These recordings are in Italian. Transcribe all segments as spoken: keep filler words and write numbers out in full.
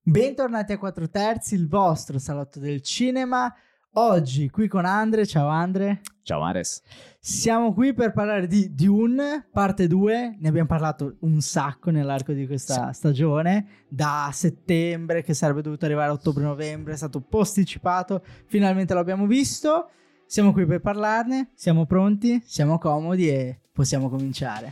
Bentornati a Quattro Terzi, il vostro salotto del cinema. Oggi qui con Andre. Ciao Andre. Ciao Ares. Siamo qui per parlare di Dune, parte due. Ne abbiamo parlato un sacco nell'arco di questa sì. stagione. Da settembre, che sarebbe dovuto arrivare a ottobre-novembre, è stato posticipato. Finalmente l'abbiamo visto. Siamo qui per parlarne. Siamo pronti, siamo comodi e possiamo cominciare.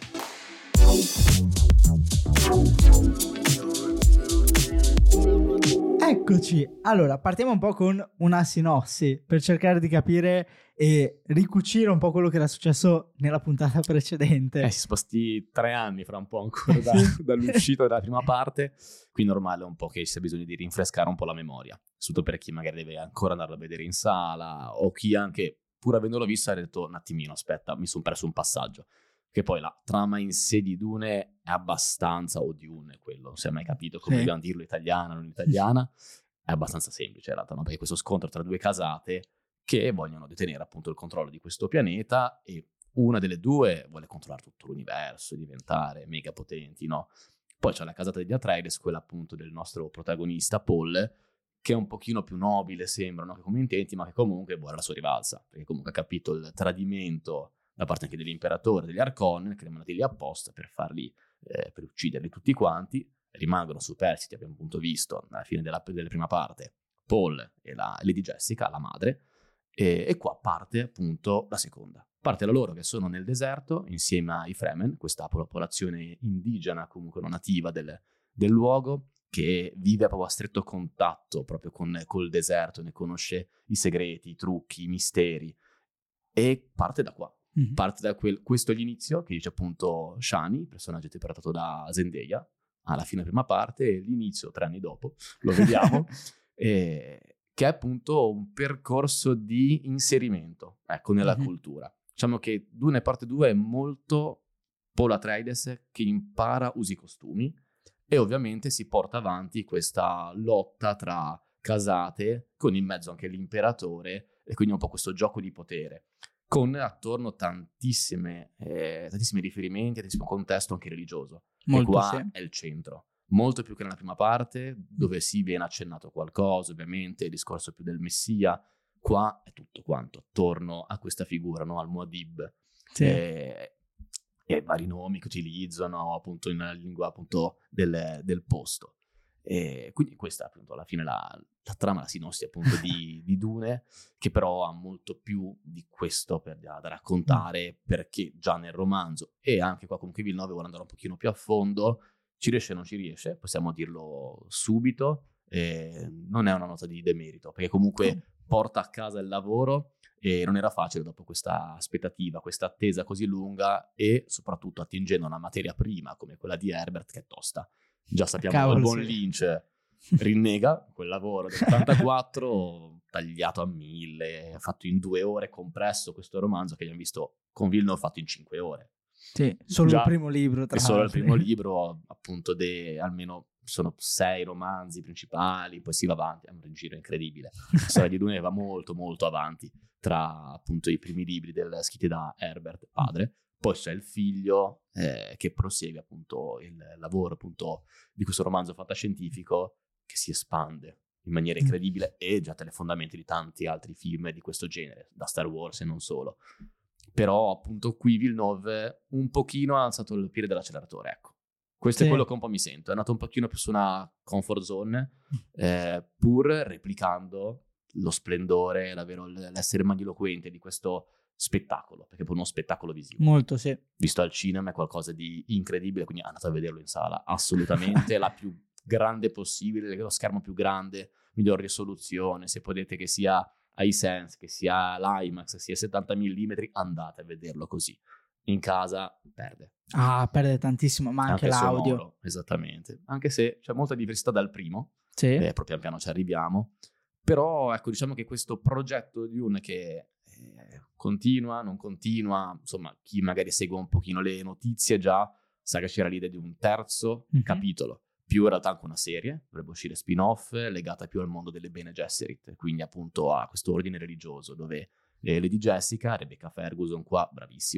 Eccoci, allora partiamo un po' con una sinossi per cercare di capire e ricucire un po' quello che era successo nella puntata precedente. Eh, si sposti tre anni fra un po' ancora da, dall'uscita della prima parte, qui normale è un po' che ci sia bisogno di rinfrescare un po' la memoria, soprattutto per chi magari deve ancora andarla a vedere in sala o chi anche, pur avendolo visto, ha detto un attimino, aspetta, mi sono perso un passaggio. Che poi la trama in sé di Dune è abbastanza, o Dune, quello, non si è mai capito come sì. dobbiamo dirlo, italiana, non italiana, è abbastanza semplice in realtà, no? Perché questo scontro tra due casate che vogliono detenere appunto il controllo di questo pianeta e una delle due vuole controllare tutto l'universo, diventare mega potenti, no? Poi c'è la casata degli Atreides, quella appunto del nostro protagonista Paul, che è un pochino più nobile, sembra, no? Che come intenti, ma che comunque vuole la sua rivalsa, perché comunque ha capito il tradimento da parte anche dell'imperatore, degli Harkonnen, che li mandati lì apposta per farli, eh, per ucciderli tutti quanti. Rimangono superstiti, abbiamo appunto visto alla fine della, della prima parte Paul e la Lady Jessica, la madre, e, e qua parte appunto la seconda. Parte da loro che sono nel deserto insieme ai Fremen, questa popolazione indigena, comunque non nativa del, del luogo, che vive proprio a stretto contatto proprio con col deserto, ne conosce i segreti, i trucchi, i misteri, e parte da qua. Mm-hmm. Parte da quel, questo è l'inizio, che dice appunto Shani, personaggio interpretato da Zendaya, alla fine prima parte, e l'inizio tre anni dopo, lo vediamo, e, che è appunto un percorso di inserimento, ecco, nella mm-hmm. cultura. Diciamo che Dune parte due è molto Paul Atreides che impara usi costumi, e ovviamente si porta avanti questa lotta tra casate, con in mezzo anche l'imperatore, e quindi un po' questo gioco di potere, con attorno tantissime, eh, tantissimi riferimenti, tantissimo contesto anche religioso. Molto, e qua sì. è il centro, molto più che nella prima parte, dove sì viene accennato qualcosa, ovviamente, il discorso più del Messia. Qua è tutto quanto attorno a questa figura, no? Al Muad'Dib, sì. e, e vari nomi che utilizzano appunto in lingua appunto del, del posto. E quindi questa appunto alla fine la, la trama, la sinossi appunto di, di Dune, che però ha molto più di questo per, da, da raccontare, perché già nel romanzo e anche qua comunque Villeneuve vuole andare un pochino più a fondo, ci riesce o non ci riesce, possiamo dirlo subito, eh, non è una nota di demerito, perché comunque porta a casa il lavoro e non era facile dopo questa aspettativa, questa attesa così lunga, e soprattutto attingendo a una materia prima come quella di Herbert che è tosta. Già sappiamo che il buon sì. Lynch rinnega quel lavoro del ottantaquattro tagliato a mille, fatto in due ore, compresso questo romanzo che abbiamo visto con Villeneuve fatto in cinque ore. Sì, solo Già, il primo libro, tra e solo il altri. primo libro, appunto, de, almeno sono sei romanzi principali, poi si va avanti, è un giro incredibile. La storia di Dune va molto molto avanti, tra appunto i primi libri del, scritti da Herbert, padre. Poi c'è il figlio eh, che prosegue appunto il lavoro appunto di questo romanzo fantascientifico che si espande in maniera incredibile e getta le fondamenta di tanti altri film di questo genere, da Star Wars e non solo. Però appunto qui Villeneuve un pochino ha alzato il piede dell'acceleratore, ecco. Questo sì. È quello che un po' mi sento, è andato un pochino più su una comfort zone, eh, pur replicando lo splendore, davvero l'essere magniloquente di questo spettacolo, perché poi uno spettacolo visivo. Molto, sì. Visto al cinema è qualcosa di incredibile, quindi andate a vederlo in sala, assolutamente, la più grande possibile, lo schermo più grande, miglior risoluzione, se potete che sia iSense, che sia l'IMAX, sia settanta millimetri, andate a vederlo così. In casa perde. Ah, perde tantissimo, ma anche, anche l'audio. Sonoro, esattamente. Anche se c'è molta diversità dal primo, sì. eh, proprio pian piano ci arriviamo, però ecco, diciamo che questo progetto di Dune che eh, continua, non continua, insomma, chi magari segue un pochino le notizie già sa che c'era l'idea di un terzo mm-hmm. capitolo, più in realtà anche una serie, dovrebbe uscire spin-off, legata più al mondo delle Bene Gesserit, quindi appunto a questo ordine religioso, dove eh, Lady Jessica, Rebecca Ferguson qua, bravissima,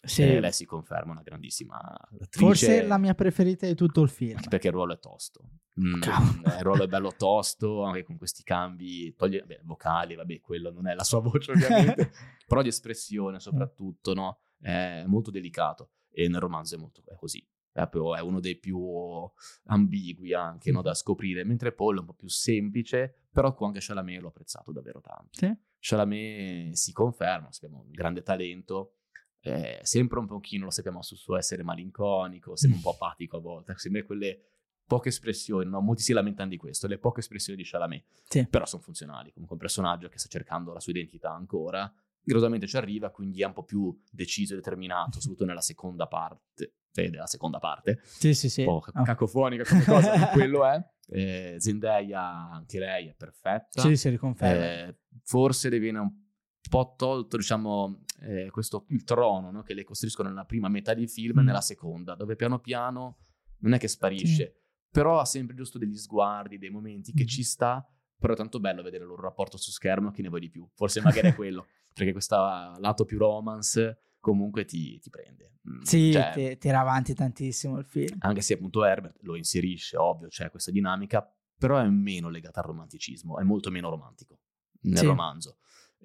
Sì. Eh, lei si conferma una grandissima attrice. Forse la mia preferita di tutto il film. Anche perché il ruolo è tosto. Mm, il ruolo è bello tosto, anche con questi cambi, toglie, vabbè, vocali, vabbè, quello non è la sua voce ovviamente, però di espressione soprattutto, no? È molto delicato, e nel romanzo è molto è così. È, proprio, è uno dei più ambigui anche, no, da scoprire, mentre Paul è un po' più semplice, però qua anche Chalamet l'ho apprezzato davvero tanto. Sì. Chalamet si conferma, sappiamo, un grande talento, eh, sempre un pochino lo sappiamo sul suo essere malinconico, sembra un po' apatico a volte, sembra quelle poche espressioni, no? Molti si lamentano di questo, le poche espressioni di Chalamet, sì. però sono funzionali, comunque un personaggio che sta cercando la sua identità ancora, gradualmente ci arriva, quindi è un po' più deciso e determinato, soprattutto nella seconda parte, cioè nella seconda parte, sì sì sì, un po' oh. cacofonica come cosa, ma quello è. Eh, Zendaya, anche lei è perfetta, sì, si riconferma. Eh, forse le viene un po' tolto, diciamo, eh, questo il trono, no? Che le costruiscono nella prima metà di film, mm. nella seconda, dove piano piano non è che sparisce, sì. Però ha sempre giusto degli sguardi, dei momenti che mm. ci sta, però è tanto bello vedere il loro rapporto su schermo che ne vuoi di più, forse magari è quello, perché questo lato più romance comunque ti, ti prende. Sì, cioè, ti, tira avanti tantissimo il film. Anche se appunto Herbert lo inserisce, ovvio, c'è questa dinamica, però è meno legata al romanticismo, è molto meno romantico nel sì. romanzo.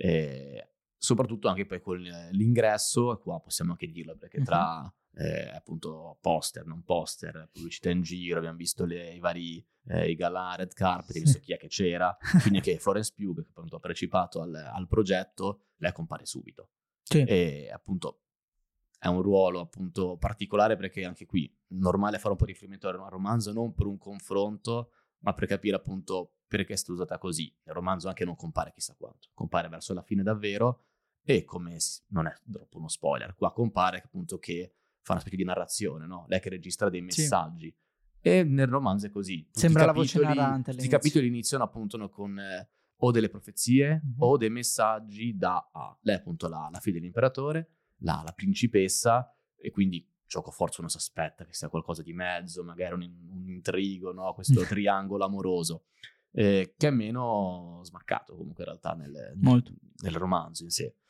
E soprattutto anche poi con l'ingresso, e qua possiamo anche dirlo, perché tra uh-huh. eh, appunto poster, non poster, pubblicità in giro, abbiamo visto le, i vari eh, i galà, red carpet, sì. visto chi è che c'era, quindi anche Florence Pugh, che appunto ha partecipato al, al progetto, lei compare subito. Sì. E appunto è un ruolo appunto particolare, perché anche qui normale fare un po' di riferimento al romanzo, non per un confronto, ma per capire appunto perché è stata usata così. Nel romanzo anche non compare chissà quanto, compare verso la fine davvero, e come non è troppo uno spoiler, qua compare appunto che fa una specie di narrazione, no? Lei che registra dei messaggi, sì. E nel romanzo è così. Tutti sembra capitoli, la voce narrante. Tutti i capitoli iniziano appunto con eh, o delle profezie mm-hmm. o dei messaggi da A. Lei è appunto la, la figlia dell'imperatore, La, la principessa, e quindi gioco forza uno si aspetta che sia qualcosa di mezzo, magari un, un intrigo, no? Questo triangolo amoroso, eh, che è meno smaccato comunque in realtà nel, nel, nel romanzo in sé,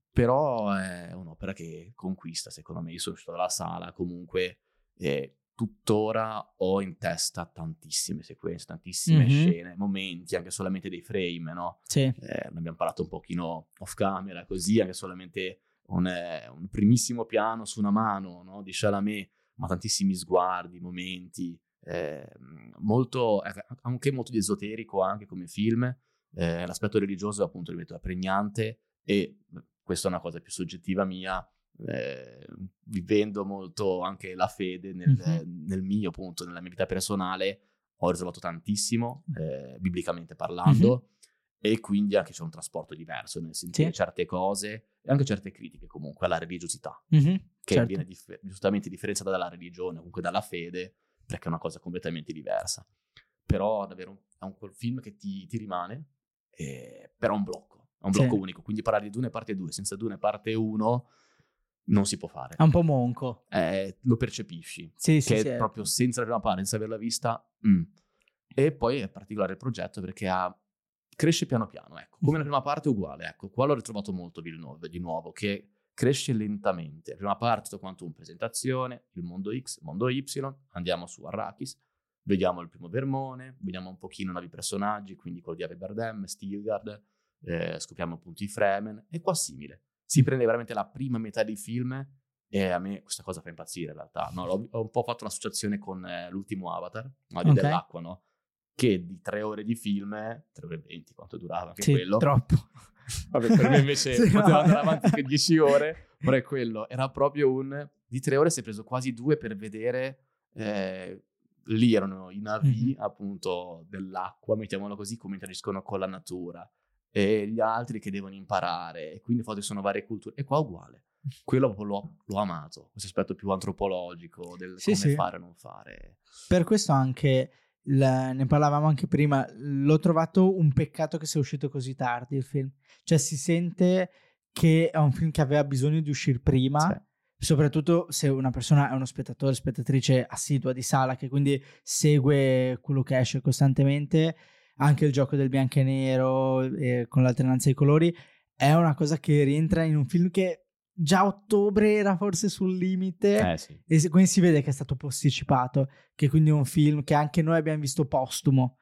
però è un'opera che conquista, secondo me. Io sono uscito dalla sala comunque, eh, tuttora ho in testa tantissime sequenze, tantissime mm-hmm. scene, momenti, anche solamente dei frame, no? Sì. Eh, ne abbiamo parlato un pochino off camera, così, anche solamente Un, eh, un primissimo piano su una mano, no? Di Chalamet, ma tantissimi sguardi, momenti, eh, molto, eh, anche molto di esoterico anche come film. Eh, l'aspetto religioso appunto, ripeto, è pregnante, e questa è una cosa più soggettiva mia, eh, vivendo molto anche la fede nel, mm-hmm. nel mio appunto, nella mia vita personale, ho risolvato tantissimo, eh, biblicamente parlando, mm-hmm. E quindi anche c'è un trasporto diverso nel sentire sì. certe cose, e anche certe critiche comunque alla religiosità, mm-hmm, che certo. viene dif- giustamente differenziata dalla religione, comunque dalla fede, perché è una cosa completamente diversa. Però davvero è un quel film che ti, ti rimane, eh, però è un blocco, è un blocco sì. unico, quindi parlare di Dune parte due, senza Dune parte uno non si può fare. È un po' monco. Eh, lo percepisci, sì, che sì, è sì. proprio senza la prima parte, senza averla vista. Mm. E poi è particolare il progetto perché ha cresce piano piano, ecco, come la prima parte uguale, ecco, qua l'ho ritrovato molto Villeneuve, di nuovo, che cresce lentamente. La prima parte tutto quanto un presentazione, il mondo X, il mondo Y, andiamo su Arrakis, vediamo il primo Vermone, vediamo un pochino nuovi personaggi, quindi quello di Ave Bardem, Stilgard, eh, scopriamo appunto i Fremen, e qua simile. Si prende veramente la prima metà dei film, e a me questa cosa fa impazzire in realtà, no? Ho, ho un po' fatto l'associazione con eh, l'ultimo Avatar, no? Di okay. dell'acqua, no? Che di tre ore di film, tre ore e venti, quanto durava anche sì, quello. Troppo. Vabbè, per me invece sì, poteva no. andare avanti che dieci ore, però è quello, era proprio un... Di tre ore si è preso quasi due per vedere, eh, lì erano i navi, mm-hmm. appunto, dell'acqua, mettiamolo così, come interagiscono con la natura, e gli altri che devono imparare, e quindi poi sono varie culture, e qua uguale. Quello l'ho, l'ho amato, questo aspetto più antropologico del sì, come sì. fare o non fare. Per questo anche... La, ne parlavamo anche prima, l'ho trovato un peccato che sia uscito così tardi il film, cioè si sente che è un film che aveva bisogno di uscire prima, sì. soprattutto se una persona è uno spettatore, spettatrice assidua di sala, che quindi segue quello che esce costantemente, anche il gioco del bianco e nero eh, con l'alternanza dei colori, è una cosa che rientra in un film che già ottobre era forse sul limite, eh, sì. e quindi si vede che è stato posticipato, che quindi è un film che anche noi abbiamo visto postumo.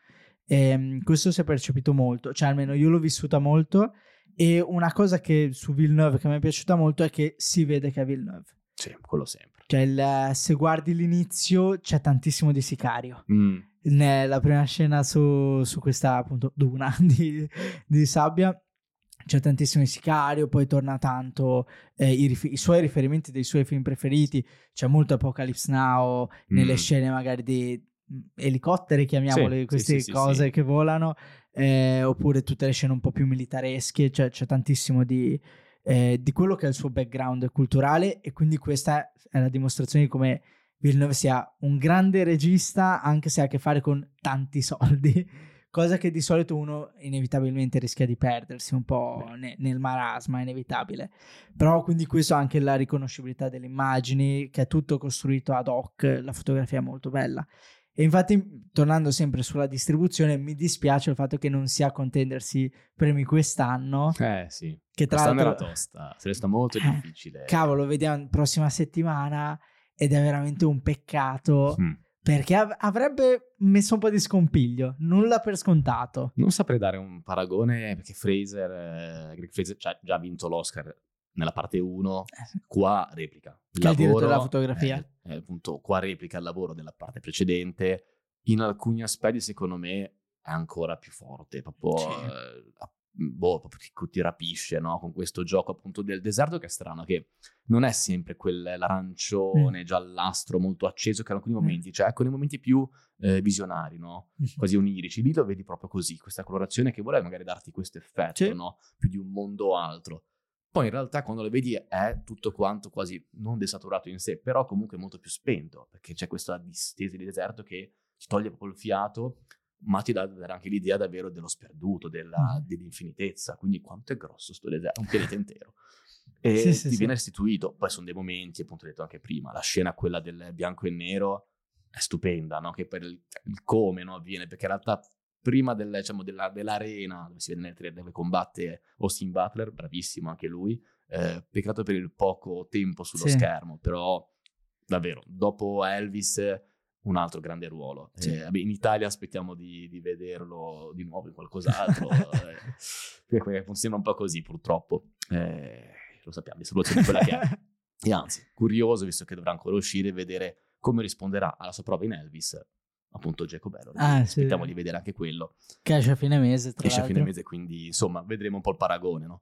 E questo si è percepito molto, cioè almeno io l'ho vissuta molto. E una cosa che su Villeneuve che mi è piaciuta molto è che si vede che è Villeneuve. Sì, quello sempre. Cioè il, se guardi l'inizio c'è tantissimo di Sicario. Mm. Nella prima scena su, su questa appunto duna di, di sabbia c'è tantissimo di Sicario, poi torna tanto eh, i, rif- i suoi riferimenti dei suoi film preferiti, c'è molto Apocalypse Now nelle Mm. scene magari di elicotteri, chiamiamole, Sì, queste sì, sì, cose sì. che volano, eh, oppure tutte le scene un po' più militaresche, cioè c'è tantissimo di, eh, di quello che è il suo background culturale, e quindi questa è la dimostrazione di come Villeneuve sia un grande regista anche se ha a che fare con tanti soldi, cosa che di solito uno inevitabilmente rischia di perdersi un po' ne- nel marasma, è inevitabile. Però quindi questo ha anche la riconoscibilità delle immagini, che è tutto costruito ad hoc, la fotografia è molto bella. E infatti, tornando sempre sulla distribuzione, mi dispiace il fatto che non sia a contendersi premi quest'anno. Eh sì, che tra quest'anno l'altro era tosta, se resta molto eh, difficile. Cavolo, vediamo prossima settimana ed è veramente un peccato, Mm. perché av- avrebbe messo un po' di scompiglio, nulla per scontato. Non saprei dare un paragone perché Fraser, eh, Greg Fraser cioè, già ha vinto l'Oscar nella parte uno, qua replica il Che è il direttore lavoro, della fotografia. eh, eh, appunto qua replica il lavoro della parte precedente, in alcuni aspetti secondo me è ancora più forte, proprio, Sì. eh, boh, proprio ti, ti rapisce, no? Con questo gioco appunto del deserto che è strano, che non è sempre quell'arancione Mm. giallastro molto acceso che in alcuni Mm. momenti, cioè ecco nei momenti più eh, visionari, no? Mm. Quasi onirici, lì lo vedi proprio così, questa colorazione che vuole magari darti questo effetto, Sì. no? Più di un mondo altro. Poi in realtà quando lo vedi è tutto quanto quasi non desaturato in sé, però comunque molto più spento, perché c'è questa distesa di deserto che ti toglie proprio il fiato, ma ti dà anche l'idea davvero dello sperduto, della, Mm. dell'infinitezza. Quindi quanto è grosso sto deserto, un pianeta intero. E Sì, sì, ti sì. viene restituito. Poi sono dei momenti, appunto ho detto anche prima, la scena quella del bianco e nero è stupenda, no? Che per il, il come, no, avviene, perché in realtà prima del, diciamo, della, dell'arena dove si vede nel trailer dove combatte Austin Butler, bravissimo anche lui, eh, peccato per il poco tempo sullo Sì. schermo, però davvero dopo Elvis un altro grande ruolo. Sì. Eh, vabbè, in Italia aspettiamo di, di vederlo di nuovo in qualcos'altro, eh, perché sembra un po' così purtroppo, eh, lo sappiamo, è quella che è. E anzi, curioso, visto che dovrà ancora uscire, vedere come risponderà alla sua prova in Elvis appunto Jacob Elordi. Ah, Aspettiamo sì. di vedere anche quello, Che esce a fine mese, tra che esce a l'altro. fine mese, quindi insomma vedremo un po' il paragone, no?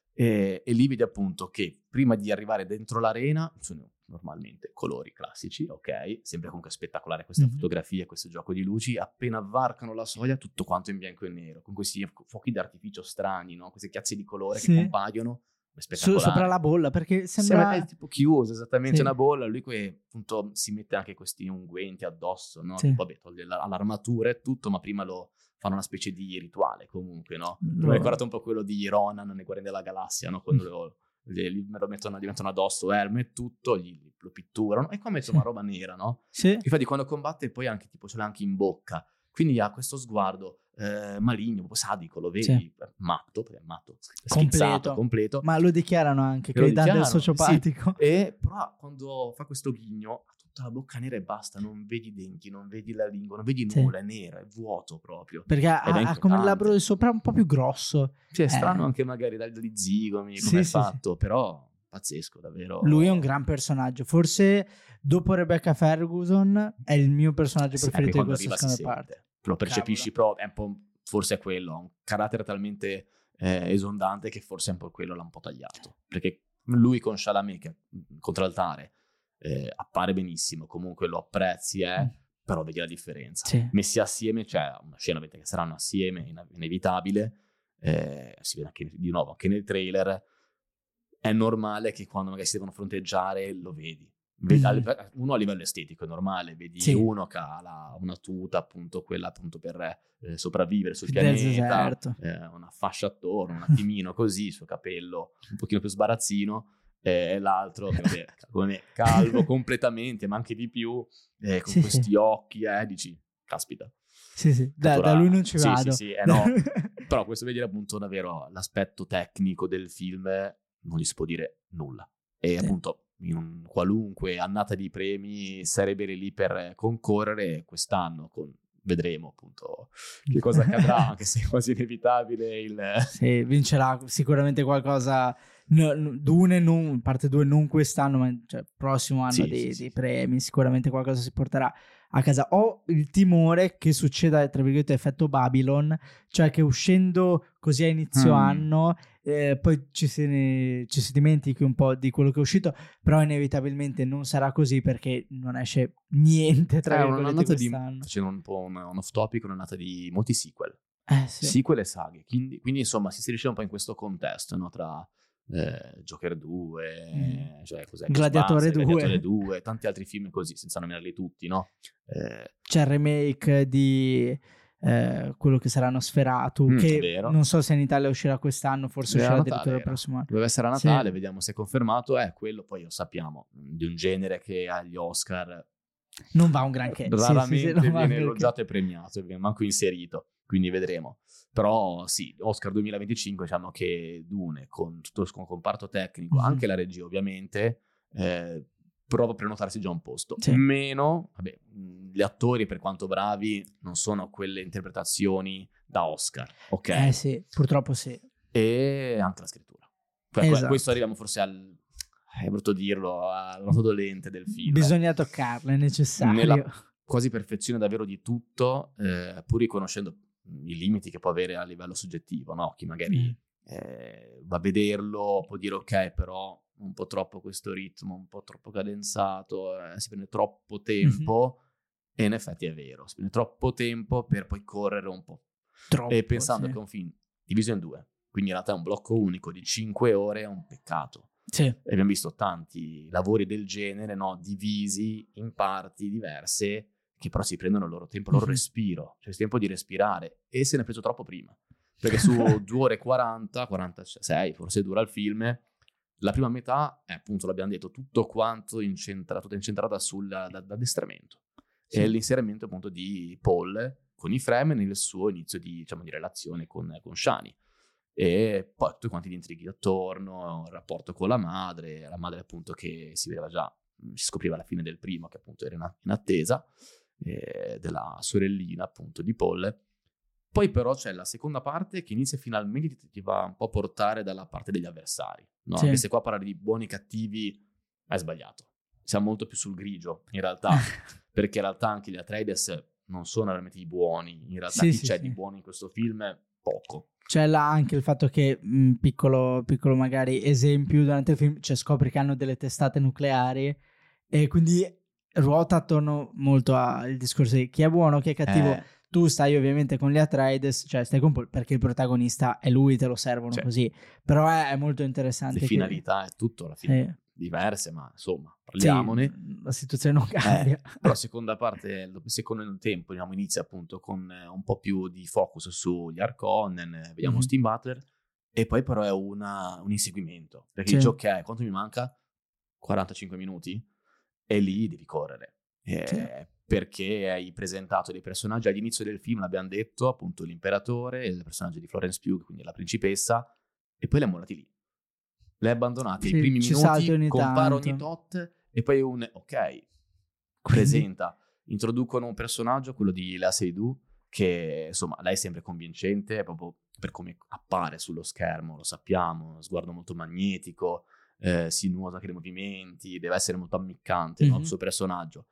E, e lì vedi appunto che prima di arrivare dentro l'arena sono normalmente colori classici, ok, sempre comunque spettacolare questa Mhm. fotografia, questo gioco di luci. Appena varcano la soglia tutto quanto in bianco e nero, con questi fuochi d'artificio strani, no? Queste chiazze di colore Sì. che compaiono, è Su- spettacolare. sopra la bolla, perché Sembra sembra... è tipo chiuso, esattamente Sì. una bolla. Lui che appunto si mette anche questi unguenti addosso, no? Sì. Che, vabbè, toglie la- l'armatura e tutto, ma prima lo fanno una specie di rituale comunque, no? Lo- Mi ha ricordato un po' quello di Ronan nei Guardiani della Galassia, no? Quando lo, gli, gli- lo mettono, gli mettono addosso helmet e tutto, gli, lo pitturano e qua mettono Sì. una roba nera, no? Sì. Infatti quando combatte poi anche tipo ce l'ha anche in bocca, quindi ha questo sguardo eh, maligno, un po' sadico, lo vedi, Sì. matto, perché è matto, Completo. schizzato, completo. Ma lo dichiarano anche, che Lo gli dà del dichiarano, sociopatico. sì. E però quando fa questo ghigno ha tutta la bocca nera e basta, non vedi i denti, non vedi la lingua, non vedi Sì. nulla, è nero, è vuoto proprio. Perché ha, Ed è ha come il inquietante. labbro di sopra un po' più grosso. Sì, è Eh. strano anche magari dagli zigomi, Sì, come è sì, fatto, però pazzesco, davvero. Lui è un gran personaggio. Forse dopo Rebecca Ferguson è il mio personaggio Sì, preferito anche di quando questa arriva si seconda parte. sente, lo percepisci proprio, è un po', forse è quello, ha un carattere talmente eh, esondante che forse è un po' quello l'ha un po' tagliato, perché lui con Chalamet che contraltare eh, appare benissimo, comunque lo apprezzi, eh, Mm. però vedi la differenza. Sì. Messi assieme, cioè una scena vedete che saranno assieme, in- inevitabile, eh, si vede anche di nuovo anche nel trailer, è normale che quando magari si devono fronteggiare lo vedi. Vedi- Mhm. al- uno a livello estetico è normale, vedi Sì. uno che ha la- una tuta appunto quella appunto per eh, sopravvivere sul Del pianeta, deserto. eh, una fascia attorno, un attimino così, il suo capello un pochino più sbarazzino, eh, e l'altro che vabbè, come me, calvo completamente, ma anche di più, eh, con Sì, questi sì. occhi, eh, dici, caspita. Sì, sì. Da, Cattura- da lui non ci sì, vado. Sì, sì, eh, no. Però questo vedere appunto davvero l'aspetto tecnico del film non gli si può dire nulla. e sì. appunto in un qualunque annata di premi sarebbero lì per concorrere. Quest'anno con vedremo appunto che cosa accadrà, anche se è quasi inevitabile il... Sì, vincerà sicuramente qualcosa. No, no, Dune non, parte due non quest'anno, ma cioè, prossimo anno sì, dei, sì, dei sì. premi, sicuramente qualcosa si porterà a casa. Ho il timore che succeda, tra virgolette, effetto Babylon, cioè che uscendo così a inizio mm. anno eh, poi ci si, ne, ci si dimentichi un po' di quello che è uscito, però inevitabilmente non sarà così perché non esce niente, tra è virgolette, quest'anno. Di, facendo un po' un, un off topic, un'annata di molti sequel. Eh, sì. Sequel e saghe, quindi, quindi insomma si inserisce un po' in questo contesto, no? Tra eh, Joker due, mm. cioè, cos'è? Gladiatore due. Gladiatore due, tanti altri film così, senza nominarli tutti, no? Eh... C'è il remake di eh, quello che sarà Nosferatu, mm, che non so se in Italia uscirà quest'anno, forse era uscirà Natale, addirittura il era. prossimo anno. Doveva essere a Natale, sì. Vediamo se è confermato. È quello, poi lo sappiamo, di un genere che agli Oscar non va un granché, raramente sì, sì, sì, viene elogiato e premiato, viene manco inserito, quindi vedremo. Però sì, Oscar duemilaventicinque, diciamo che Dune, con tutto il comparto tecnico, mm-hmm. anche la regia ovviamente, eh, prova a prenotarsi già un posto. Sì. Meno, vabbè, gli attori, per quanto bravi, non sono quelle interpretazioni da Oscar, ok? Eh sì, purtroppo sì. E anche la scrittura. Cioè, esatto. Questo arriviamo forse al... è brutto dirlo, alla nota dolente del film. Bisogna toccarlo, è necessario. Nella quasi perfezione davvero di tutto, eh, pur riconoscendo i limiti che può avere a livello soggettivo, no? Chi magari mm. eh, va a vederlo può dire ok, però un po' troppo questo ritmo, un po' troppo cadenzato, eh, si prende troppo tempo, mm-hmm. e in effetti è vero, si prende troppo tempo per poi correre un po'. Troppo, e pensando sì. che è un film diviso in due, quindi in realtà è un blocco unico di cinque ore, è un peccato. Sì. E abbiamo visto tanti lavori del genere, no? Divisi in parti diverse, che però si prendono il loro tempo, il loro mm-hmm. respiro, cioè il tempo di respirare, e se ne è preso troppo prima, perché su due ore e quaranta, quarantasei forse dura il film, la prima metà è appunto, l'abbiamo detto, tutto quanto incentrato, tutta incentrata sull'addestramento, sì. e l'inserimento appunto di Paul con i Fremen nel suo inizio di, diciamo, di relazione con, con Shani, e poi tutti quanti gli intrighi attorno, il rapporto con la madre, la madre appunto che si vedeva già, si scopriva alla fine del primo che appunto era in attesa, eh, della sorellina appunto di Paul. Poi però c'è la seconda parte che inizia finalmente, ti, ti va un po' a portare dalla parte degli avversari, no? Sì. Anche se qua parlare di buoni e cattivi è sbagliato, siamo molto più sul grigio in realtà, perché in realtà anche gli Atreides non sono veramente i buoni, in realtà sì, chi sì, c'è sì. di buono in questo film è poco. C'è là anche il fatto che, mh, piccolo, piccolo magari esempio, durante il film, cioè scopri che hanno delle testate nucleari e quindi ruota attorno molto al discorso di chi è buono, chi è cattivo. Eh. Tu stai ovviamente con gli Atreides, cioè stai con Paul perché il protagonista è lui, te lo servono cioè, così. Però è, è molto interessante. Le che... finalità è tutto alla fine. Eh. diverse, ma insomma, parliamone. Sì, la situazione non cambia. Eh, però la seconda parte, il secondo tempo, diciamo, inizia appunto con un po' più di focus sugli Harkonnen, vediamo mm-hmm. Steam Butler, e poi però è una, un inseguimento, perché sì. dici ok, quanto mi manca? quarantacinque minuti? E lì devi correre. Eh, sì. Perché hai presentato dei personaggi all'inizio del film, l'abbiamo detto, appunto l'imperatore, il personaggio di Florence Pugh, quindi la principessa, e poi li hai mollati lì. Le hai abbandonate sì, i primi minuti, ogni compare tanto. ogni tot, e poi un ok, quindi... presenta, introducono un personaggio, quello di Léa Seydoux, che insomma lei è sempre convincente, proprio per come appare sullo schermo, lo sappiamo, sguardo molto magnetico, eh, sinuoso anche dei movimenti, deve essere molto ammiccante, mm-hmm. no, il suo personaggio.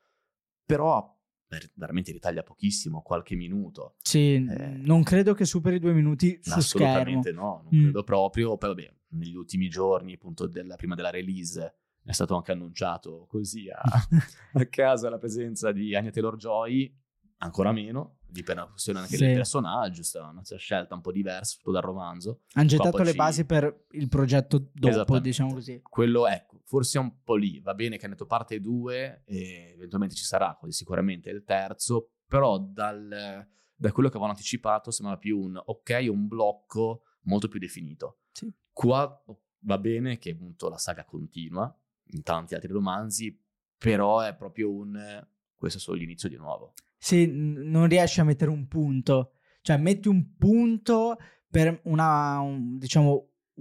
Però veramente ritaglia pochissimo, qualche minuto. Sì, eh, non credo che superi due minuti su assolutamente schermo. no, non mm. credo proprio. Poi vabbè, negli ultimi giorni, appunto, della, prima della release, è stato anche annunciato così a, a caso la presenza di Anya Taylor-Joy, ancora meno, di per una questione anche sì. del personaggio, sta una scelta un po' diversa tutto dal romanzo. Hanno gettato le ci... basi per il progetto dopo, diciamo così. Quello, ecco, forse è un po' lì, va bene che hanno detto parte due e eventualmente ci sarà quasi sicuramente il terzo, però dal, da quello che avevano anticipato sembrava più un ok, un blocco molto più definito. Sì. Qua va bene che appunto la saga continua in tanti altri romanzi, però è proprio un questo è solo l'inizio di nuovo. Sì, non riesci a mettere un punto, cioè metti un punto per una, un, diciamo,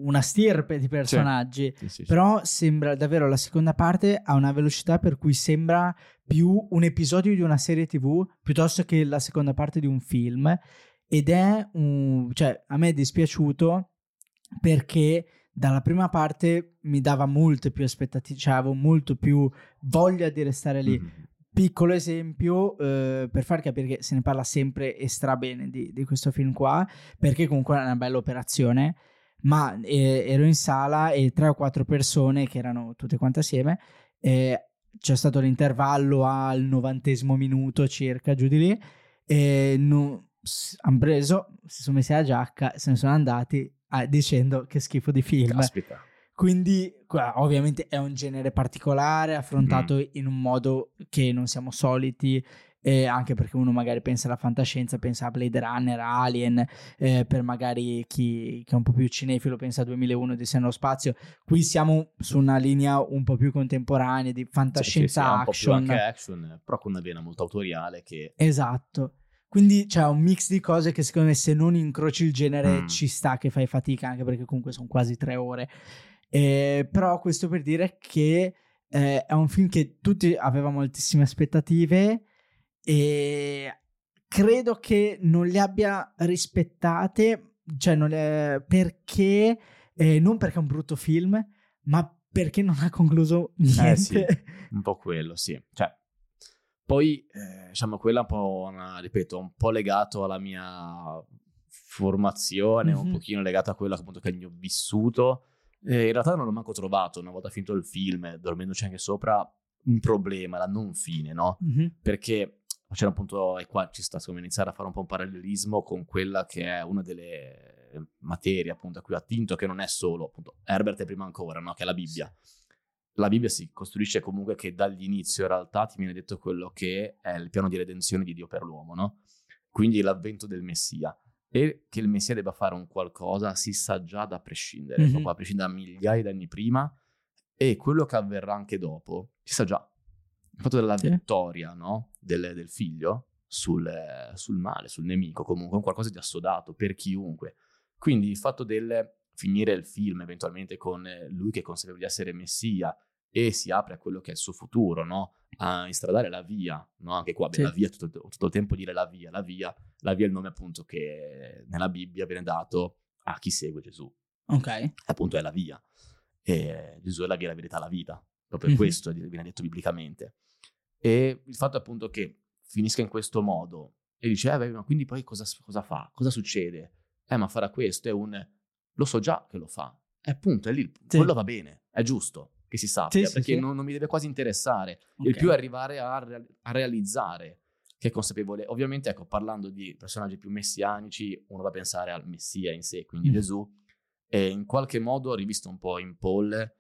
una stirpe di personaggi, sì, sì, sì, però sembra davvero, la seconda parte ha una velocità per cui sembra più un episodio di una serie tivù piuttosto che la seconda parte di un film, ed è un, cioè a me è dispiaciuto perché dalla prima parte mi dava molte più aspettative, cioè avevo molto più voglia di restare lì. Mm-hmm. Piccolo esempio, eh, per far capire che se ne parla sempre e stra bene di, di questo film qua, perché comunque è una bella operazione, ma eh, ero in sala e tre o quattro persone che erano tutte quante assieme, eh, c'è stato l'intervallo al novantesimo minuto circa, giù di lì, e no, hanno preso, si sono messi la giacca, se ne sono andati ah, dicendo che schifo di film. Caspita. Quindi qua, ovviamente è un genere particolare, affrontato Mm. in un modo che non siamo soliti, eh, anche perché uno magari pensa alla fantascienza, pensa a Blade Runner, a Alien, eh, per magari chi che è un po' più cinefilo pensa a duemilauno di Odissea nello spazio. Qui siamo su una linea un po' più contemporanea di fantascienza, sì, sì, sì, action. un po' più anche action, però con una vena molto autoriale che... Esatto. Quindi c'è un mix di cose che secondo me se non incroci il genere Mm. ci sta che fai fatica, anche perché comunque sono quasi tre ore. Eh, però questo per dire che eh, è un film che tutti avevano moltissime aspettative e credo che non le abbia rispettate, cioè non le, perché eh, non perché è un brutto film, ma perché non ha concluso niente. Eh sì, un po' quello, sì. Cioè, poi, eh, diciamo, quella un po', una, ripeto, un po' legato alla mia formazione, Mm-hmm. un pochino legato a quello appunto che ho vissuto. Eh, in realtà non l'ho manco trovato, una volta finito il film, dormendoci anche sopra, un problema, la non fine, no? Mm-hmm. Perché c'era appunto, e qua ci sta secondo me iniziare a fare un po' un parallelismo con quella che è una delle materie appunto a cui ho attinto, che non è solo, appunto, Herbert è prima ancora, no? Che è la Bibbia. La Bibbia si costruisce comunque che dall'inizio in realtà ti viene detto quello che è il piano di redenzione di Dio per l'uomo, no? Quindi l'avvento del Messia. E che il Messia debba fare un qualcosa si sa già da prescindere, Mm-hmm. proprio a prescindere da migliaia di anni prima, e quello che avverrà anche dopo si sa già. Il fatto della Sì. vittoria, no? del, del figlio sul, sul male, sul nemico, comunque è un qualcosa di assodato per chiunque. Quindi il fatto del finire il film eventualmente con lui che è consapevole di essere Messia e si apre a quello che è il suo futuro, no? A istradare la via, no? Anche qua, beh, Sì. la via, tutto, tutto il tempo dire la via, la via, la via è il nome appunto che nella Bibbia viene dato a chi segue Gesù. Ok. Appunto è la via. E Gesù è la via, la verità, la vita. Proprio Mm-hmm. questo viene detto biblicamente. E il fatto appunto che finisca in questo modo e dice, eh, beh, ma quindi poi cosa, cosa fa? Cosa succede? Eh, ma farà questo, è un... Lo so già che lo fa. E appunto, è lì, Sì. quello va bene, è giusto che si sappia, Sì, perché sì, sì. Non, non mi deve quasi interessare. Okay. Il più è arrivare a, a realizzare che è consapevole. Ovviamente, ecco, parlando di personaggi più messianici, uno va a pensare al Messia in sé, quindi mm. Gesù, e in qualche modo ho rivisto un po' in Paul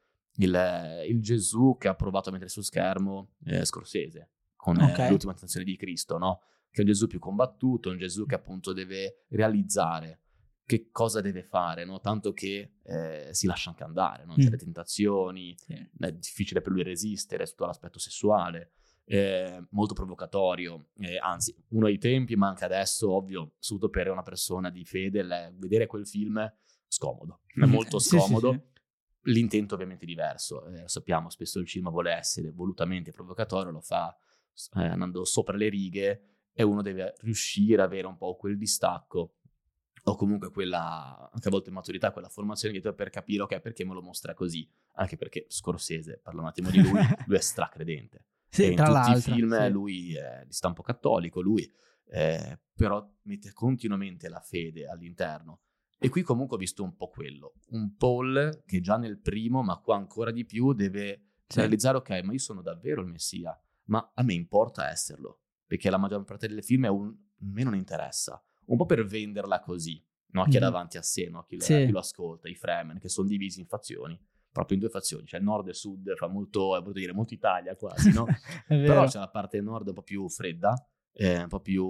il, il Gesù che ha provato a mettere su schermo eh, Scorsese, con Okay. eh, l'ultima tentazione di Cristo, no? Che è un Gesù più combattuto, un Gesù che appunto deve realizzare che cosa deve fare, no? Tanto che eh, si lascia anche andare, no? C'è mm. le tentazioni, sì. È difficile per lui resistere, tutto l'aspetto sessuale, eh, molto provocatorio, eh, anzi, uno ai tempi, ma anche adesso, ovvio, soprattutto per una persona di fede, le, vedere quel film scomodo, è molto scomodo. Sì, sì, sì. L'intento ovviamente è diverso, eh, sappiamo, spesso il cinema vuole essere volutamente provocatorio, lo fa eh, andando sopra le righe, e uno deve riuscire ad avere un po' quel distacco o comunque quella, anche a volte maturità, quella formazione dietro per capire, ok, perché me lo mostra così, anche perché Scorsese, parlo un attimo di lui, lui è stracredente. Sì, e in tra tutti l'altro, i film sì. lui è di stampo cattolico, lui eh, però mette continuamente la fede all'interno. E qui comunque ho visto un po' quello, un Paul che già nel primo, ma qua ancora di più, deve sì. realizzare, ok, ma io sono davvero il Messia, ma a me importa esserlo, perché la maggior parte del film è un, a me non interessa, un po' per venderla così, no? Chi mm-hmm. è davanti a sé, no? Chi, sì. lo, chi lo ascolta, i Fremen, che sono divisi in fazioni, proprio in due fazioni, cioè nord e sud, fa molto, eh, dire, molto Italia quasi, no? Però c'è la parte nord un po' più fredda, eh, un po' più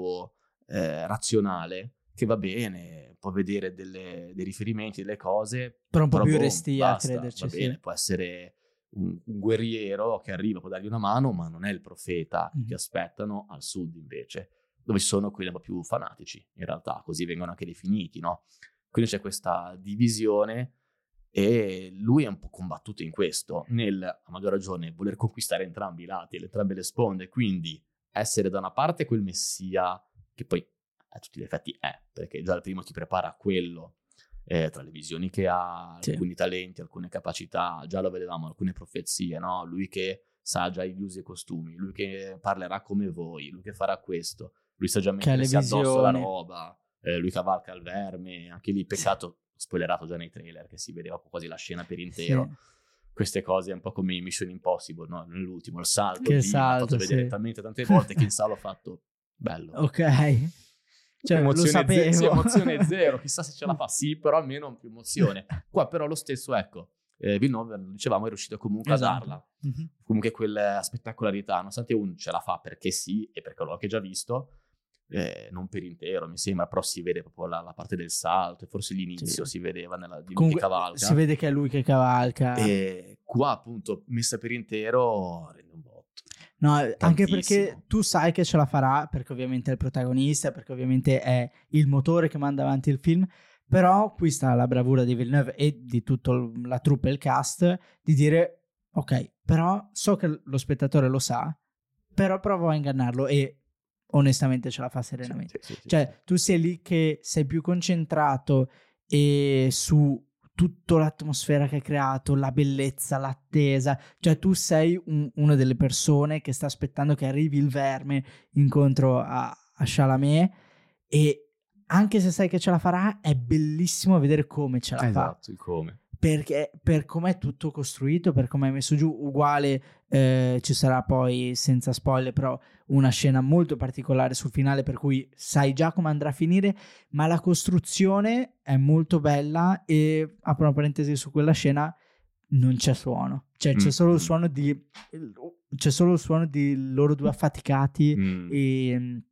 eh, razionale, che va bene, può vedere delle, dei riferimenti, delle cose, però un po' però più boh, restia a basta, crederci, va sì. bene, può essere un, un guerriero che arriva, può dargli una mano, ma non è il profeta mm. che aspettano al sud invece, dove ci sono quelli un po' più fanatici, in realtà, così vengono anche definiti, no? Quindi c'è questa divisione E lui è un po' combattuto in questo, nel, a maggior ragione, voler conquistare entrambi i lati, entrambe le sponde, quindi essere da una parte quel messia, che poi a tutti gli effetti è, perché già il primo ti prepara a quello, eh, tra le visioni che ha, Sì. alcuni talenti, alcune capacità, già lo vedevamo, alcune profezie, no? Lui che sa già gli usi e costumi, lui che parlerà come voi, lui che farà questo, lui sa già mettersi addosso la roba, eh, lui cavalca il verme, anche lì peccato, sì, spoilerato già nei trailer, che si vedeva quasi la scena per intero. Sì. Queste cose un po' come in Mission Impossible, no? Nell'ultimo, il salto, che lì salto, l'ha fatto sì. vedere talmente tante volte che in sala ho fatto bello. Ok. Cioè, emozione, lo ze- sì, emozione zero, chissà se ce la fa, sì, però almeno più emozione. Qua però lo stesso, ecco, eh, Villeneuve, dicevamo, è riuscito comunque esatto. a darla. Mm-hmm. Comunque quella spettacolarità, nonostante uno ce la fa perché sì, e perché l'ho anche già visto, eh, non per intero, mi sembra, però si vede proprio la, la parte del salto, e forse l'inizio sì. si vedeva nella, di comunque, lui che cavalca. Si vede che è lui che cavalca. E qua appunto, messa per intero, rende un botto. No, tantissimo. Anche perché tu sai che ce la farà, perché ovviamente è il protagonista, perché ovviamente è il motore che manda avanti il film, però qui sta la bravura di Villeneuve e di tutta la troupe e il cast di dire ok, però so che lo spettatore lo sa, però provo a ingannarlo e onestamente ce la fa serenamente. Sì, sì, sì, cioè sì. Tu sei lì che sei più concentrato e su tutta l'atmosfera che hai creato, la bellezza, l'attesa, cioè tu sei un, una delle persone che sta aspettando che arrivi il verme incontro a, a Chalamet, e anche se sai che ce la farà è bellissimo vedere come ce la esatto, fa. Esatto, il come. Perché per come è tutto costruito, per come è messo giù, uguale eh, ci sarà poi, senza spoiler, però una scena molto particolare sul finale per cui sai già come andrà a finire, ma la costruzione è molto bella e, apro una parentesi su quella scena, non c'è suono, cioè c'è solo il suono di c'è solo il suono di loro due affaticati mm. e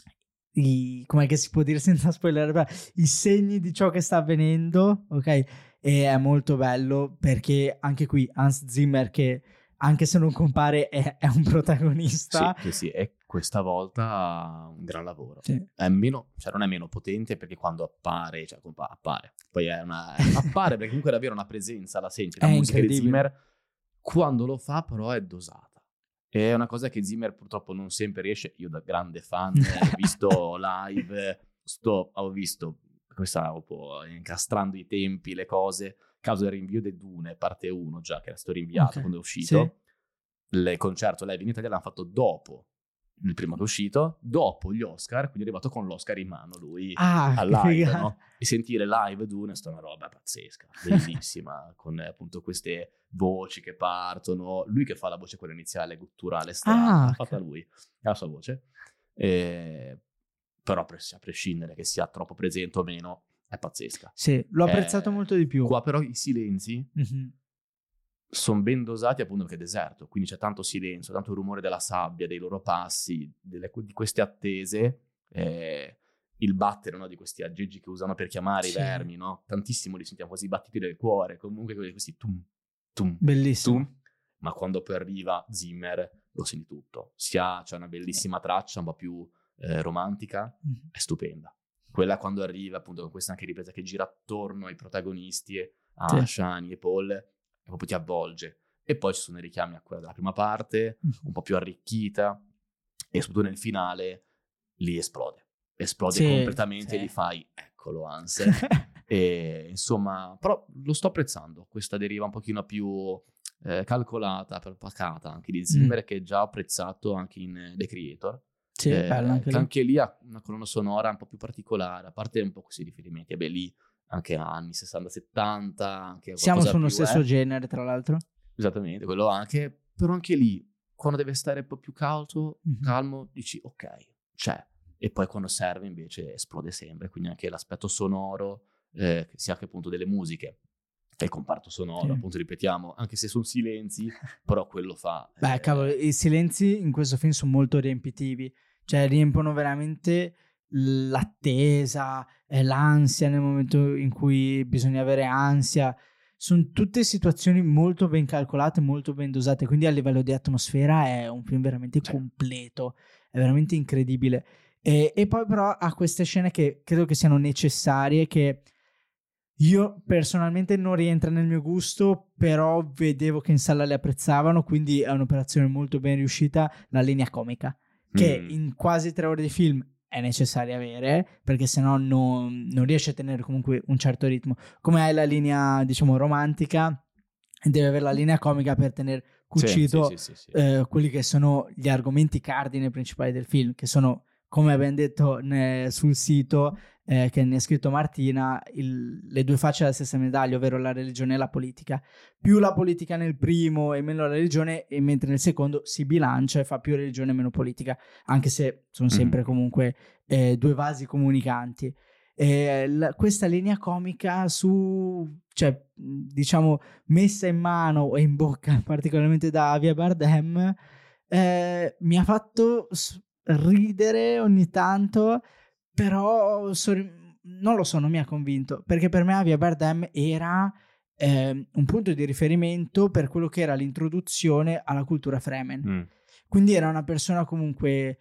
i, com'è che si può dire senza spoiler, i segni di ciò che sta avvenendo, ok? E è molto bello perché anche qui Hans Zimmer, che anche se non compare è, è un protagonista. Sì, sì, e questa volta un gran lavoro. Sì. È meno, cioè non è meno potente perché quando appare, cioè appare, poi è una appare perché comunque davvero una presenza, la senti, la è musica di Zimmer, quando lo fa però è dosata. È una cosa che Zimmer purtroppo non sempre riesce. Io da grande fan ho visto live, sto, ho visto questa un po' incastrando i tempi, le cose, causa del rinvio di Dune, parte uno già, che era stato rinviato okay. quando è uscito. Sì. Il concerto live in Italia l'hanno fatto dopo il primo che è uscito, dopo gli Oscar, quindi è arrivato con l'Oscar in mano lui ah, al live, no? E sentire live Dune è una roba pazzesca, bellissima, con appunto queste voci che partono, lui che fa la voce quella iniziale, gutturale, strana, ah, l'ha fatta lui, è la sua voce. E... però a prescindere che sia troppo presente o meno, è pazzesca. Sì, l'ho apprezzato eh, molto di più. Qua però i silenzi mm-hmm. sono ben dosati appunto perché è deserto, quindi c'è tanto silenzio, tanto rumore della sabbia, dei loro passi, delle, di queste attese, eh, il battere, no, di questi aggeggi che usano per chiamare sì. i vermi, no? Tantissimo li sentiamo quasi i battiti del cuore, comunque questi tum, tum, bellissimo. Tum, ma quando poi arriva Zimmer lo senti tutto. Si ha, c'è una bellissima traccia un po' più eh, romantica, mm-hmm. è stupenda. Quella quando arriva appunto con questa anche ripresa che gira attorno ai protagonisti, a sì. Shani e Paul, e proprio ti avvolge. E poi ci sono i richiami a quella della prima parte, un po' più arricchita, e soprattutto nel finale lì esplode. Esplode sì, completamente sì. E li fai, eccolo Hans. E insomma, però lo sto apprezzando, questa deriva un pochino più eh, calcolata, pacata anche di Zimmer, mm. che già ho apprezzato anche in The Creator. Sì, eh, bella anche che lì. Anche lì ha una colonna sonora un po' più particolare, a parte un po' questi riferimenti, e beh lì anche anni sessanta settanta, anche siamo su uno più, stesso eh. genere tra l'altro. Esattamente, quello anche, però anche lì quando deve stare un po' più caldo, mm-hmm. calmo, dici ok, c'è, e poi quando serve invece esplode sempre, quindi anche l'aspetto sonoro, eh, sia che appunto delle musiche, che il comparto sonoro, sì. appunto ripetiamo, anche se sono silenzi, però quello fa. Beh, eh, cavolo, i silenzi in questo film sono molto riempitivi, cioè riempono veramente l'attesa, l'ansia nel momento in cui bisogna avere ansia. Sono tutte situazioni molto ben calcolate, molto ben dosate, quindi a livello di atmosfera è un film veramente sì. completo, è veramente incredibile. E, e poi però ha queste scene che credo che siano necessarie, che Io personalmente non rientra nel mio gusto, però vedevo che in sala le apprezzavano, quindi è un'operazione molto ben riuscita, la linea comica, che Mm. in quasi tre ore di film è necessaria avere, perché sennò non, non riesce a tenere comunque un certo ritmo. Come hai la linea, diciamo, romantica, deve avere la linea comica per tenere cucito Sì, sì, sì, sì, sì. eh, quelli che sono gli argomenti cardine principali del film, che sono, come abbiamo detto ne- sul sito eh, che ne ha scritto Martina, il- le due facce della stessa medaglia, ovvero la religione e la politica. Più la politica nel primo e meno la religione, e mentre nel secondo si bilancia e fa più religione e meno politica, anche se sono sempre Mhm. comunque eh, due vasi comunicanti. E la- questa linea comica su, cioè, diciamo, messa in mano e in bocca particolarmente da Javier Bardem, eh, mi ha fatto s- ridere ogni tanto, però sor- non lo so, non mi ha convinto, perché per me Javier Bardem era ehm, un punto di riferimento per quello che era l'introduzione alla cultura Fremen. Mm. Quindi era una persona comunque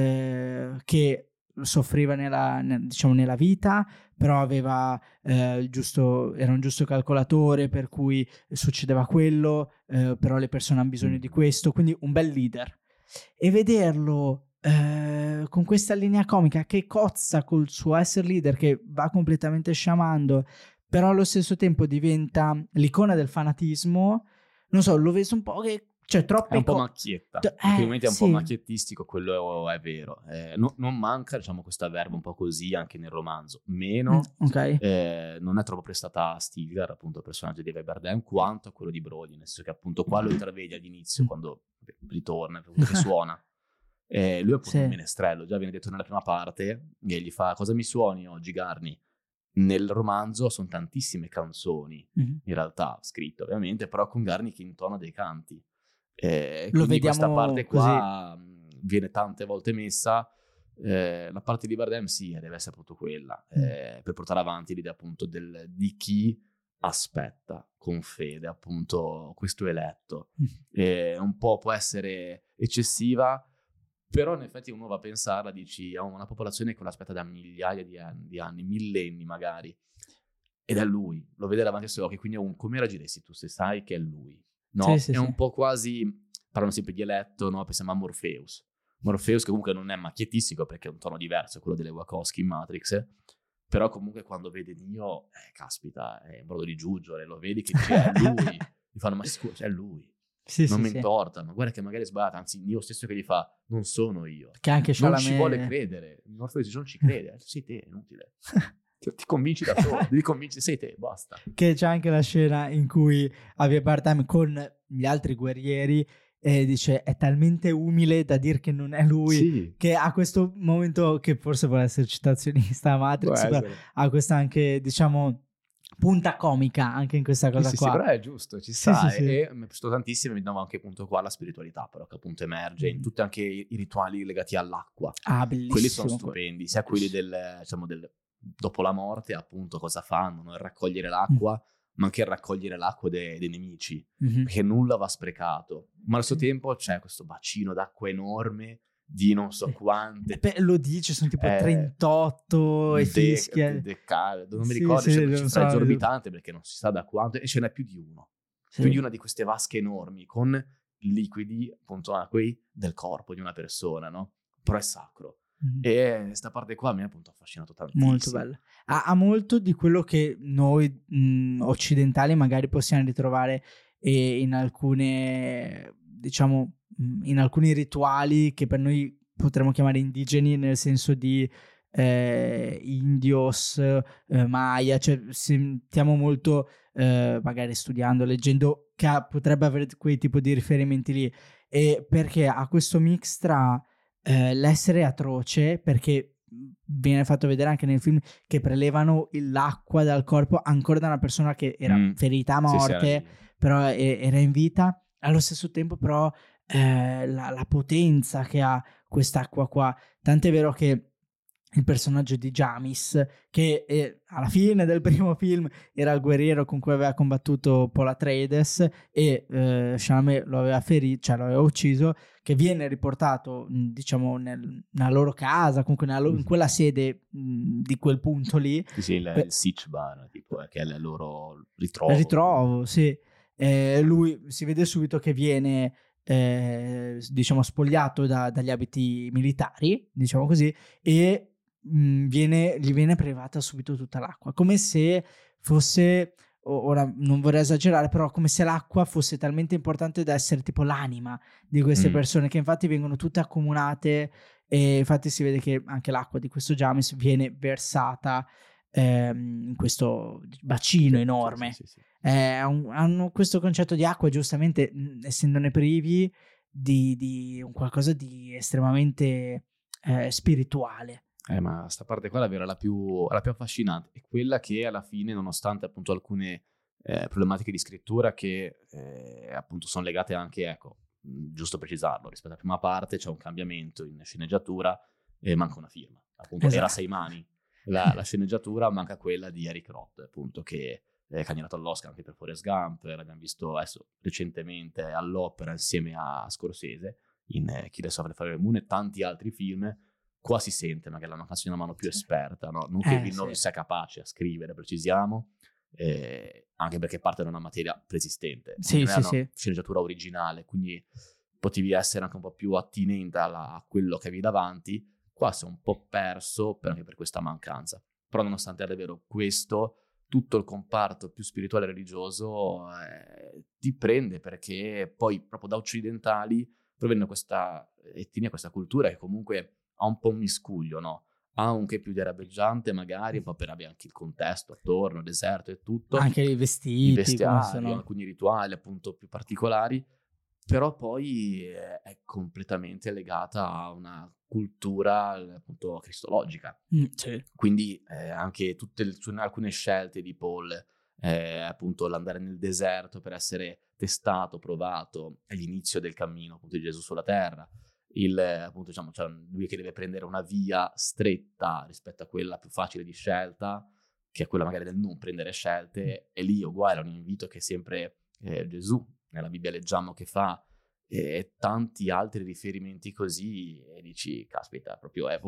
eh, che soffriva nella, nel- diciamo, nella vita, però aveva eh, il giusto, era un giusto calcolatore, per cui succedeva quello, eh, però le persone hanno bisogno Mm. di questo, quindi un bel leader. E vederlo eh, con questa linea comica che cozza col suo essere leader, che va completamente sciamando, però allo stesso tempo diventa l'icona del fanatismo, non so, l'ho visto un po' che, cioè, troppe È un po' co- macchietta, t- in quei eh, momenti è un sì. po' macchiettistico, quello è vero. Eh, no- non manca, diciamo, questo avverbo un po' così anche nel romanzo. Meno, Mm, ok. eh, non è troppo prestata a Stilgar, appunto, il personaggio di Javier Bardem, quanto a quello di Brody, nel senso che appunto qua lo intravedi all'inizio, Mm. quando ritorna, appunto, che suona. Eh, lui è appunto Sì. un menestrello, già viene detto nella prima parte, e gli fa: cosa mi suoni oggi, Garni? Nel romanzo sono tantissime canzoni, Mhm. in realtà, scritte ovviamente, però con Garni che intona dei canti. Eh, Lo quindi questa vediamo parte così. qua mh, viene tante volte messa. Eh, la parte di Bardem sì, deve essere appunto quella, eh, per portare avanti l'idea appunto del, di chi aspetta con fede appunto questo eletto. Mm. Eh, un po' può essere eccessiva, però in effetti uno va a pensarla, dici, ha una popolazione che lo aspetta da migliaia di anni, di anni, millenni magari, ed è lui, lo vede davanti ai suoi occhi, quindi è un come reagiresti tu se sai che è lui, no? Sì, sì, È sì. un po' quasi, parlano sempre di eletto, no? Pensiamo a Morpheus. Morpheus che comunque non è macchiettistico perché è un tono diverso, quello delle Wachowski in Matrix, però comunque quando vede Neo, eh, caspita, è un brodo di giuggiole, lo vedi che dice, è lui, gli fanno, ma scusa, è lui. Sì, non sì, mi sì. importa, ma guarda che magari è sbagliato, anzi Neo stesso che gli fa, non sono io. Che anche Non Chalamet... ci vuole credere, Morpheus non ci crede, sei te, è inutile. Ti, ti convinci da solo, devi convincere, sei te, basta. Che c'è anche la scena in cui Javier Bardem con gli altri guerrieri e dice è talmente umile da dire che non è lui, Sì, che ha questo momento che forse vuole essere citazionista a Matrix, però ha questa anche, diciamo, punta comica anche in questa cosa sì, qua. sì, però è giusto, ci Sì, sta. sì, sì. E mi è piaciuto tantissimo, mi dava anche appunto qua la spiritualità, però che appunto emerge in Mm. tutti anche i, i rituali legati all'acqua. Ah, bellissimo. Quelli sono stupendi, sia quelli del, diciamo, del dopo la morte, appunto, cosa fanno, no? Il raccogliere l'acqua, mm. ma anche il raccogliere l'acqua dei, dei nemici, mm-hmm. perché nulla va sprecato. Ma allo stesso tempo c'è questo bacino d'acqua enorme di non so quante. Beh, lo dice, sono tipo eh, trentotto e de- fischia. De- de- de- non mi Sì, ricordo, sì, c'è una non cifra so, esorbitante perché non si sa da quanto, e ce n'è più di uno. Sì. Più di una di queste vasche enormi con liquidi, appunto, acquei del corpo di una persona, no? Però è sacro. Mm-hmm. E questa parte qua mi ha appunto affascinato tantissimo. Molto bella. Ha, ha molto di quello che noi mh, occidentali magari possiamo ritrovare eh, in alcune, diciamo, mh, in alcuni rituali che per noi potremmo chiamare indigeni, nel senso di eh, indios, eh, maya, cioè sentiamo molto eh, magari studiando, leggendo, che ha, potrebbe avere quei tipo di riferimenti lì, e perché ha questo mix tra eh, l'essere atroce, perché viene fatto vedere anche nel film che prelevano l'acqua dal corpo ancora da una persona che era mm. ferita a morte, sì, sì, però era in vita, allo stesso tempo però eh, la, la potenza che ha quest'acqua qua, tant'è vero che il personaggio di Jamis, che è, alla fine del primo film era il guerriero con cui aveva combattuto Paul Atreides e eh, Chalamet lo aveva ferito, cioè lo aveva ucciso, che viene riportato diciamo nel, nella loro casa, comunque nella loro, in quella sede mh, di quel punto lì. Sì, sì, il, per, il Sitch Bar, tipo, eh, che è il loro ritrovo. Ritrovo, sì. Eh, lui si vede subito che viene eh, diciamo spogliato da, dagli abiti militari, diciamo così, e mh, viene, gli viene privata subito tutta l'acqua, come se fosse, ora non vorrei esagerare, però come se l'acqua fosse talmente importante da essere tipo l'anima di queste Mm. persone, che infatti vengono tutte accomunate, e infatti si vede che anche l'acqua di questo Jamis viene versata ehm, in questo bacino Sì, enorme. sì, sì, sì. Eh, un, hanno questo concetto di acqua, giustamente, mh, essendone privi, di, di un qualcosa di estremamente eh, spirituale. Eh, ma sta parte qua è davvero la più, la più affascinante, è quella che alla fine, nonostante appunto alcune eh, problematiche di scrittura che eh, appunto sono legate anche, ecco, mh, giusto precisarlo, rispetto alla prima parte c'è un cambiamento in sceneggiatura e manca una firma, appunto Esatto. era a sei mani la, la sceneggiatura, manca quella di Eric Roth, appunto, che è candidato all'Oscar anche per Forrest Gump, l'abbiamo visto adesso recentemente all'Opera insieme a Scorsese in eh, Chi le sa fare il Moon e tanti altri film. Qua si sente magari la mancanza di una mano più esperta, no? Non che Eh, Villeneuve sì. sia capace a scrivere, precisiamo, eh, anche perché parte da una materia preesistente, Sì, non sì, è una sì. sceneggiatura originale, quindi potevi essere anche un po' più attinente alla, a quello che avevi davanti. Qua si è un po' perso per, anche per questa mancanza. Però nonostante davvero questo, tutto il comparto più spirituale e religioso eh, ti prende, perché poi proprio da occidentali proviene questa etnia, questa cultura che comunque ha un po' un miscuglio, no? Ha un che più di arabeggiante magari, un po' per avere anche il contesto attorno, il deserto e tutto. Anche i Il vestiti, come bestiario, sono. alcuni rituali appunto più particolari, però poi eh, è completamente legata a una cultura appunto cristologica. Mm, sì. Quindi eh, anche tutte le, alcune scelte di Paul, eh, appunto l'andare nel deserto per essere testato, provato, è l'inizio del cammino appunto di Gesù sulla terra. Il, appunto, diciamo, cioè lui che deve prendere una via stretta rispetto a quella più facile di scelta, che è quella magari del non prendere scelte, e lì uguale è un invito che sempre eh, Gesù nella Bibbia leggiamo che fa, e tanti altri riferimenti così, e dici, caspita, proprio è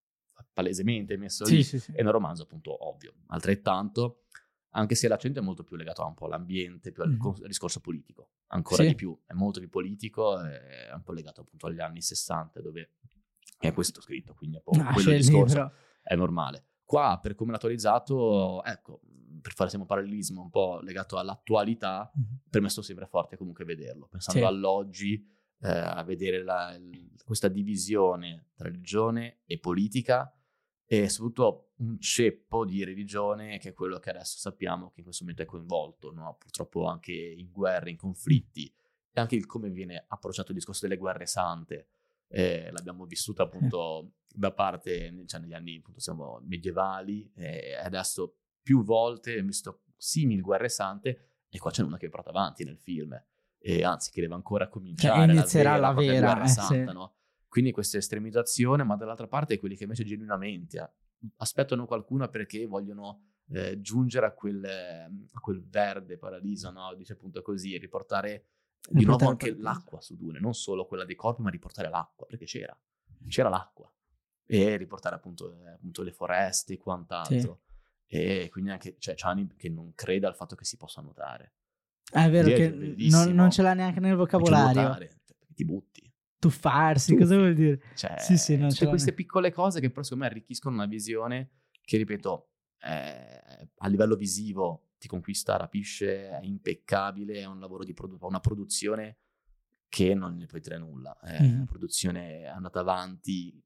palesemente messo Sì, lì, sì, sì. e nel romanzo appunto ovvio, altrettanto, anche se l'accento è molto più legato a un po' all'ambiente, più al Mhm. cos- discorso politico, ancora Sì. di più, è molto più politico, è un po' legato appunto agli anni sessanta, dove è questo scritto, quindi un po' Ah, quello c'è il discorso libro. è normale. Qua, per come l'ha attualizzato, ecco, per fare sempre un parallelismo un po' legato all'attualità, Mhm. per me sto sempre forte comunque vederlo, pensando Sì. all'oggi, eh, a vedere la, il, questa divisione tra religione e politica, e soprattutto un ceppo di religione che è quello che adesso sappiamo che in questo momento è coinvolto, no? Purtroppo anche in guerre, in conflitti, e anche il come viene approcciato il discorso delle guerre sante. Eh, l'abbiamo vissuta appunto da parte, cioè negli anni appunto siamo medievali, e adesso più volte ho visto simili guerre sante, e qua c'è una che porta avanti nel film, e anzi che deve ancora cominciare, Cioè, la inizierà vera la propria vera, guerra eh, santa, sì. no? Quindi questa estremizzazione, ma dall'altra parte quelli che invece genuinamente eh, aspettano qualcuno perché vogliono eh, giungere a quel, eh, a quel verde paradiso, no? Dice appunto così, e riportare di nuovo Riportare il anche paradiso. l'acqua su Dune, non solo quella dei corpi, ma riportare l'acqua, perché c'era, c'era l'acqua, e riportare appunto, eh, appunto le foreste e quant'altro, Sì. e quindi anche c'è Chani che non crede al fatto che si possa nuotare. Ah, è vero Lì che è non, non ce bellissimo, l'ha neanche nel dice vocabolario. nuotare, cioè, ti butti. Tuffarsi, cosa Tuffi. vuol dire? Cioè, Sì, sì, non ce tutte l'ha queste neanche. piccole cose che però secondo me arricchiscono una visione che, ripeto, eh, a livello visivo ti conquista, rapisce, è impeccabile, è un lavoro di produ- una produzione che non ne puoi dire nulla. È Mhm. una produzione andata avanti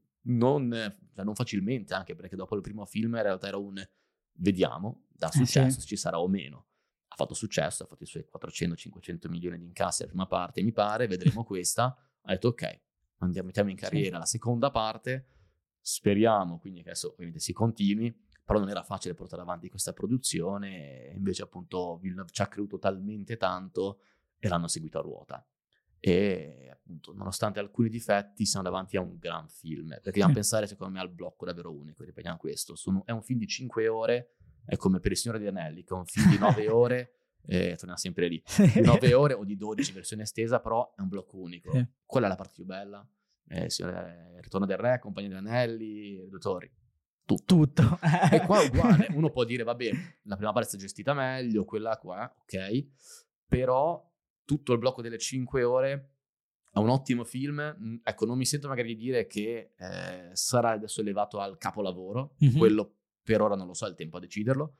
non, cioè non facilmente, anche perché dopo il primo film in realtà era un vediamo, da Eh, sì. successo, se ci sarà o meno. Ha fatto successo, ha fatto i suoi quattrocento cinquecento milioni di incassi alla prima parte, mi pare, vedremo questa. Ha detto ok, andiamo, mettiamo in carriera Sì. la seconda parte, speriamo quindi che adesso ovviamente si continui, però non era facile portare avanti questa produzione, e invece appunto Villeneuve ci ha creduto talmente tanto e l'hanno seguito a ruota. e appunto nonostante alcuni difetti siamo davanti a un gran film, perché dobbiamo pensare secondo me al blocco davvero unico, ripetiamo questo, sono, è un film di cinque ore, è come per Il Signore degli Anelli, che è un film di nove ore, e torniamo sempre lì, di nove ore o di dodici versione estesa, però è un blocco unico, Sì. quella è la parte più bella, eh, il Ritorno del Re, Compagnia degli Anelli, Due Torri, tutto. Tutto. E qua è uguale, uno può dire vabbè, la prima parte è gestita meglio, quella qua, ok, però tutto il blocco delle cinque ore è un ottimo film. Ecco, non mi sento magari di dire che eh, sarà adesso elevato al capolavoro, mm-hmm. quello per ora non lo so, è il tempo a deciderlo.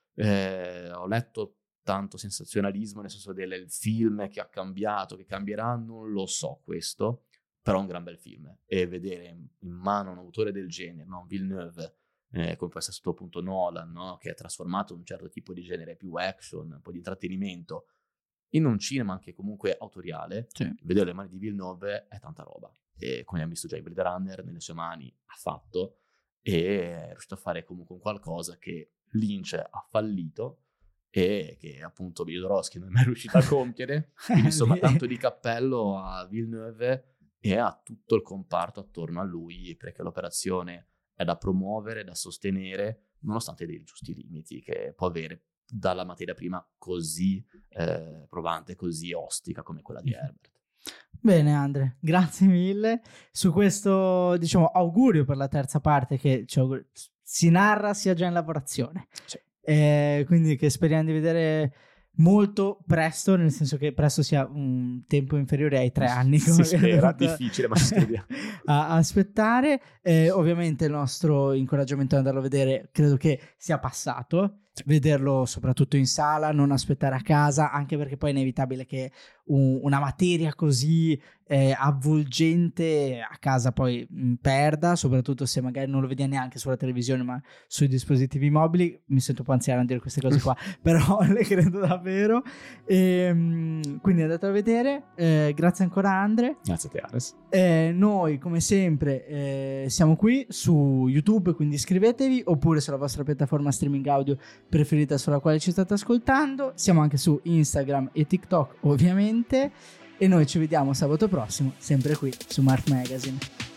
Eh, ho letto tanto sensazionalismo, nel senso del film che ha cambiato, che cambierà, non lo so questo, però è un gran bel film, e vedere in mano un autore del genere, no? Villeneuve, eh, come può essere stato appunto Nolan, no? Che ha trasformato un certo tipo di genere più action, un po' di intrattenimento, in un cinema anche comunque autoriale, sì. Vedere le mani di Villeneuve è tanta roba, e come abbiamo visto già i Blade Runner nelle sue mani ha fatto, e è riuscito a fare comunque un qualcosa che Lynch ha fallito e che appunto Jodorowsky non è mai riuscito a compiere. Quindi insomma tanto di cappello a Villeneuve e a tutto il comparto attorno a lui, perché l'operazione è da promuovere, da sostenere, nonostante dei giusti limiti che può avere dalla materia prima così eh, provante, così ostica come quella di Herbert. Bene Andre, grazie mille su questo, diciamo, augurio per la terza parte che ci augur- si narra sia già in lavorazione. Sì. Eh, quindi che speriamo di vedere molto presto, nel senso che presto sia un tempo inferiore ai tre anni. Si spera, difficile ma si studia. a aspettare. Eh, ovviamente il nostro incoraggiamento ad andarlo a vedere credo che sia passato, vederlo soprattutto in sala, non aspettare a casa, anche perché poi è inevitabile che un, una materia così eh, avvolgente a casa poi mh, perda, soprattutto se magari non lo vedi neanche sulla televisione ma sui dispositivi mobili. Mi sento un po' anziano a dire queste cose qua però le credo davvero, e, mh, quindi andate a vedere. Eh, grazie ancora Andre. Grazie a te Ares. Eh, noi come sempre eh, siamo qui su YouTube, quindi iscrivetevi, oppure sulla vostra piattaforma streaming audio preferita sulla quale ci state ascoltando. Siamo anche su Instagram e TikTok ovviamente, e noi ci vediamo sabato prossimo sempre qui su Mark Magazine.